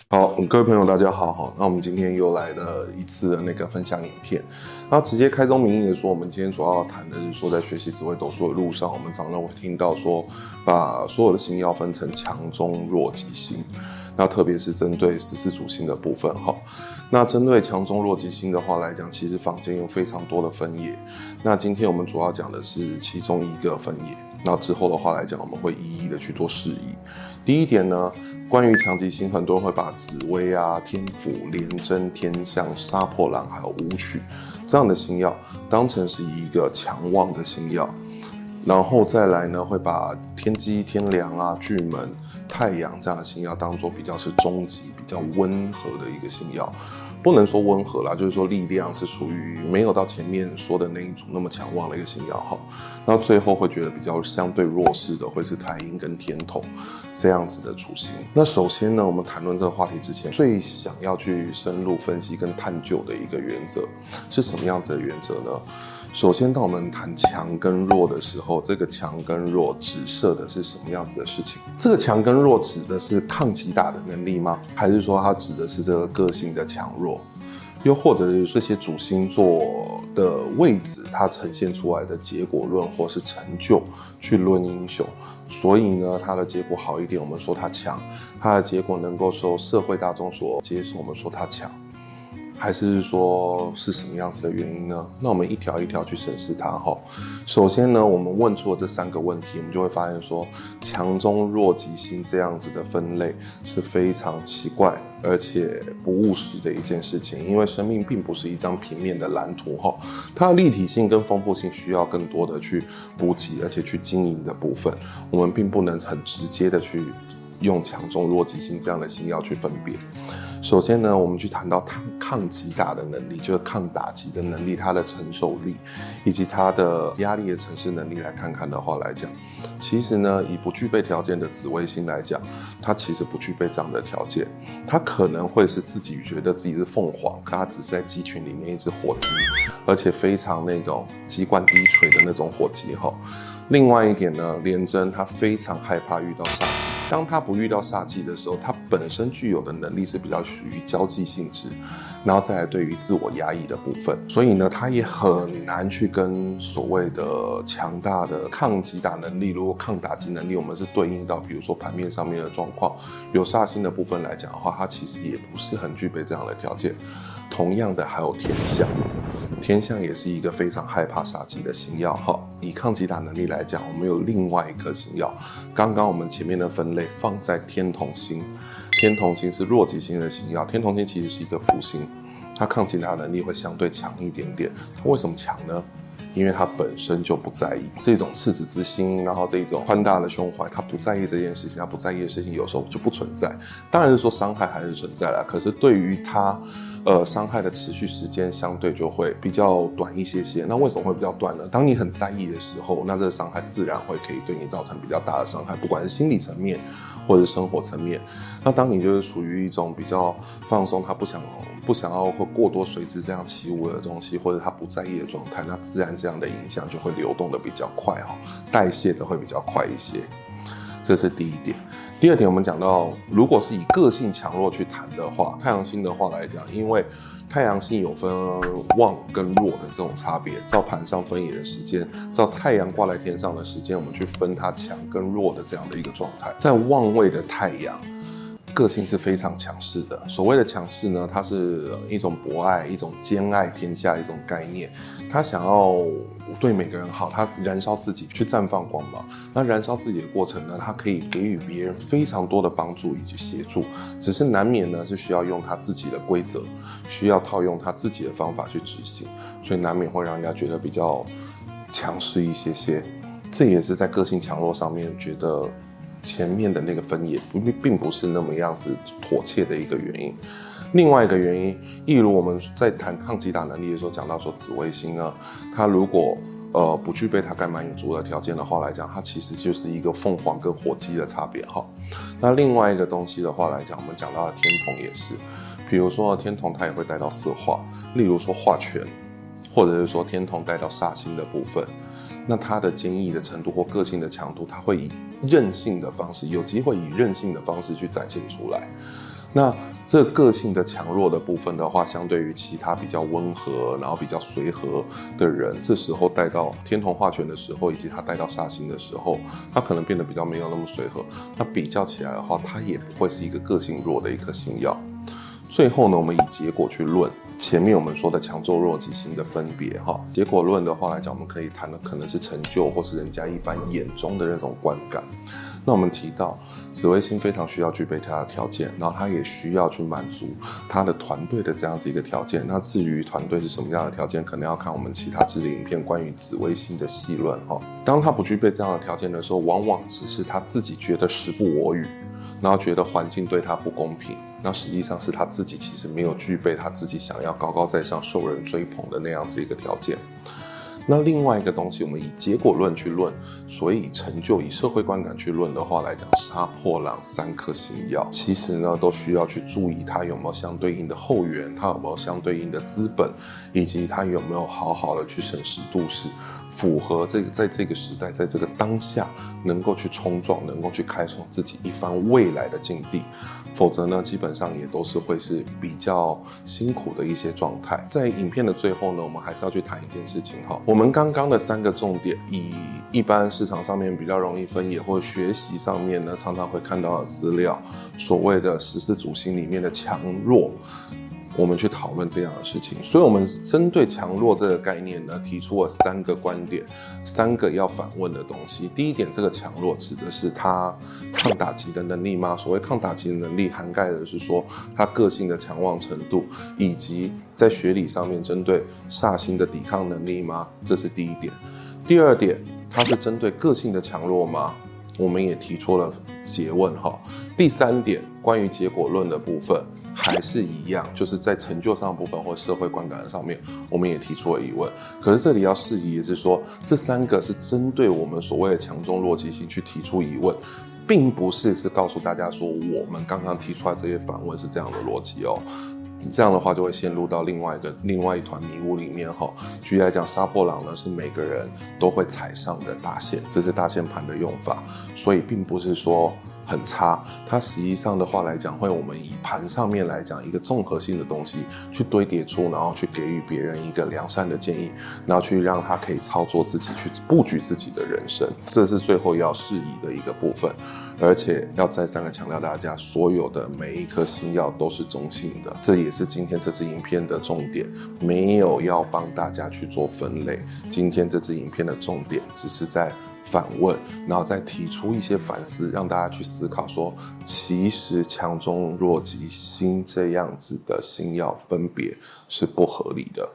好，各位朋友，大家好。那我们今天又来了一次的那个分享影片，然后直接开宗明义的说，我们今天主要谈的是说，在学习紫微斗数的路上，我们常常会听到说，把所有的星曜分成强、中、弱、吉星，那特别是针对14主星的部分哈。那针对强、中、弱、吉星的话来讲，其实坊间有非常多的分野。那今天我们主要讲的是其中一个分野。那之后的话来讲，我们会一一的去做释疑。第一点呢，关于强吉星，很多人会把紫微啊、天府、廉贞、天相、杀破狼还有武曲这样的星曜当成是一个强旺的星曜，然后再来呢，会把天机、天梁啊、巨门、太阳这样的星曜当做比较是中级、比较温和的一个星曜。不能说温和啦，就是说力量是属于没有到前面说的那一组那么强旺的一个星曜哈。那最后会觉得比较相对弱势的会是太阴跟天同这样子的主星。那首先呢，我们谈论这个话题之前，最想要去深入分析跟探究的一个原则是什么样子的原则呢？首先，当我们谈强跟弱的时候，这个强跟弱指涉的是什么样子的事情？这个强跟弱指的是抗击打的能力吗？还是说它指的是这个个性的强弱？又或者是这些主星座的位置，它呈现出来的结果论或是成就去论英雄？所以呢，它的结果好一点，我们说它强；它的结果能够受社会大众所接受，我们说它强。还是说是什么样子的原因呢？那我们一条一条去审视它哈。首先呢，我们问出了这3个问题，我们就会发现说，强中弱吉星这样子的分类是非常奇怪而且不务实的一件事情。因为生命并不是一张平面的蓝图哈，它的立体性跟丰富性需要更多的去补给，而且去经营的部分，我们并不能很直接的去用强中弱吉星这样的星曜去分别。首先呢，我们去谈到抗击打的能力，就是抗打击的能力，它的承受力，以及它的压力的承受能力来看看的话来讲，其实呢，以不具备条件的紫微星来讲，它其实不具备这样的条件。它可能会是自己觉得自己是凤凰，可它只是在鸡群里面一只火鸡，而且非常那种鸡冠低垂的那种火鸡哈。另外一点呢，廉贞他非常害怕遇到煞气。当他不遇到煞气的时候，他本身具有的能力是比较属于交际性质，然后再来对于自我压抑的部分，所以呢，他也很难去跟所谓的强大的抗击打能力，如果抗打击能力我们是对应到比如说盘面上面的状况，有煞星的部分来讲的话，他其实也不是很具备这样的条件。同样的还有天相。天相也是一个非常害怕煞气的星曜哈。以抗击打能力来讲，我们有另外一颗星曜，刚刚我们前面的分类放在天同星，天同星是弱吉星的星曜，天同星其实是一个福星，它抗击打能力会相对强一点点。它为什么强呢？因为他本身就不在意这种赤子之心，然后这种宽大的胸怀，他不在意这件事情，他不在意的事情有时候就不存在。当然是说伤害还是存在啦，可是对于他伤害的持续时间相对就会比较短一些些。那为什么会比较短呢？当你很在意的时候，那这个伤害自然会可以对你造成比较大的伤害，不管是心理层面或者是生活层面。那当你就是处于一种比较放松，他不想要或过多随之这样起舞的东西，或者他不在意的状态，那自然这样的影响就会流动的比较快哈，代谢的会比较快一些。这是第一点。第二点，我们讲到，如果是以个性强弱去谈的话，太阳星的话来讲，因为太阳星有分旺跟弱的这种差别，照盘上分野的时间，照太阳挂在天上的时间，我们去分它强跟弱的这样的一个状态。在旺位的太阳，个性是非常强势的。所谓的强势呢，它是一种博爱、一种兼爱天下一种概念。他想要对每个人好，他燃烧自己去绽放光芒。那燃烧自己的过程呢，他可以给予别人非常多的帮助以及协助，只是难免呢是需要用他自己的规则，需要套用他自己的方法去执行，所以难免会让人家觉得比较强势一些些。这也是在个性强弱上面觉得前面的那个分野并不是那么样子妥切的一个原因。另外一个原因，例如我们在谈抗击打能力的时候讲到说紫微星呢，它如果不具备它该满足的条件的话来讲，它其实就是一个凤凰跟火鸡的差别哈。那另外一个东西的话来讲，我们讲到的天同也是，比如说天同它也会带到四化，例如说化权，或者是说天同带到煞星的部分，那它的坚毅的程度或个性的强度，它会以任性的方式，有机会以任性的方式去展现出来。 那这个性的强弱的部分的话，相对于其他比较温和，然后比较随和的人，这时候带到天同化权的时候，以及他带到煞星的时候，他可能变得比较没有那么随和。那比较起来的话，他也不会是一个个性弱的一颗星曜。最后呢，我们以结果去论前面我们说的强弱弱吉星的分别哈。结果论的话来讲，我们可以谈的可能是成就，或是人家一般眼中的那种观感。那我们提到紫微星非常需要具备它的条件，然后它也需要去满足他的团队的这样子一个条件。那至于团队是什么样的条件，可能要看我们其他支的影片关于紫微星的细论哈。当他不具备这样的条件的时候，往往只是他自己觉得时不我与，然后觉得环境对他不公平，那实际上是他自己其实没有具备他自己想要高高在上、受人追捧的那样子一个条件。那另外一个东西，我们以结果论去论，所以以成就、以社会观感去论的话来讲，杀破狼3颗星曜，其实呢都需要去注意它有没有相对应的后援，它有没有相对应的资本，以及它有没有好好的去审时度势，符合在这个时代，在这个当下能够去冲撞，能够去开创自己一番未来的境地。否则呢，基本上也都是会是比较辛苦的一些状态。在影片的最后呢，我们还是要去谈一件事情哈。我们刚刚的3个重点，以一般市场上面比较容易分野，或者学习上面呢，常常会看到的资料，所谓的14主星里面的强弱，我们去讨论这样的事情。所以我们针对强弱这个概念呢，提出了3个观点，3个要反问的东西。第一点，这个强弱指的是他抗打击的能力吗？所谓抗打击的能力，涵盖的是说他个性的强旺程度，以及在学理上面针对煞星的抵抗能力吗？这是第一点。第二点，它是针对个性的强弱吗？我们也提出了诘问哈。第3点，关于结果论的部分，还是一样，就是在成就上的部分或社会观感上面，我们也提出了疑问。可是这里要释疑的是说，这3个是针对我们所谓的强中弱吉星去提出疑问，并不是告诉大家说我们刚刚提出来这些反问是这样的逻辑哦。这样的话就会陷入到另外一团迷雾里面哈。举例来讲，杀破狼呢是每个人都会踩上的大线，这是大线盘的用法，所以并不是说很差，它实际上的话来讲，会我们以盘上面来讲一个综合性的东西去堆叠出，然后去给予别人一个良善的建议，然后去让他可以操作自己，去布局自己的人生，这是最后要释疑的一个部分。而且要再三的强调大家，所有的每一颗星曜都是中性的，这也是今天这支影片的重点，没有要帮大家去做分类。今天这支影片的重点只是在反问，然后再提出一些反思，让大家去思考说，其实强中弱吉星这样子的星曜分别是不合理的。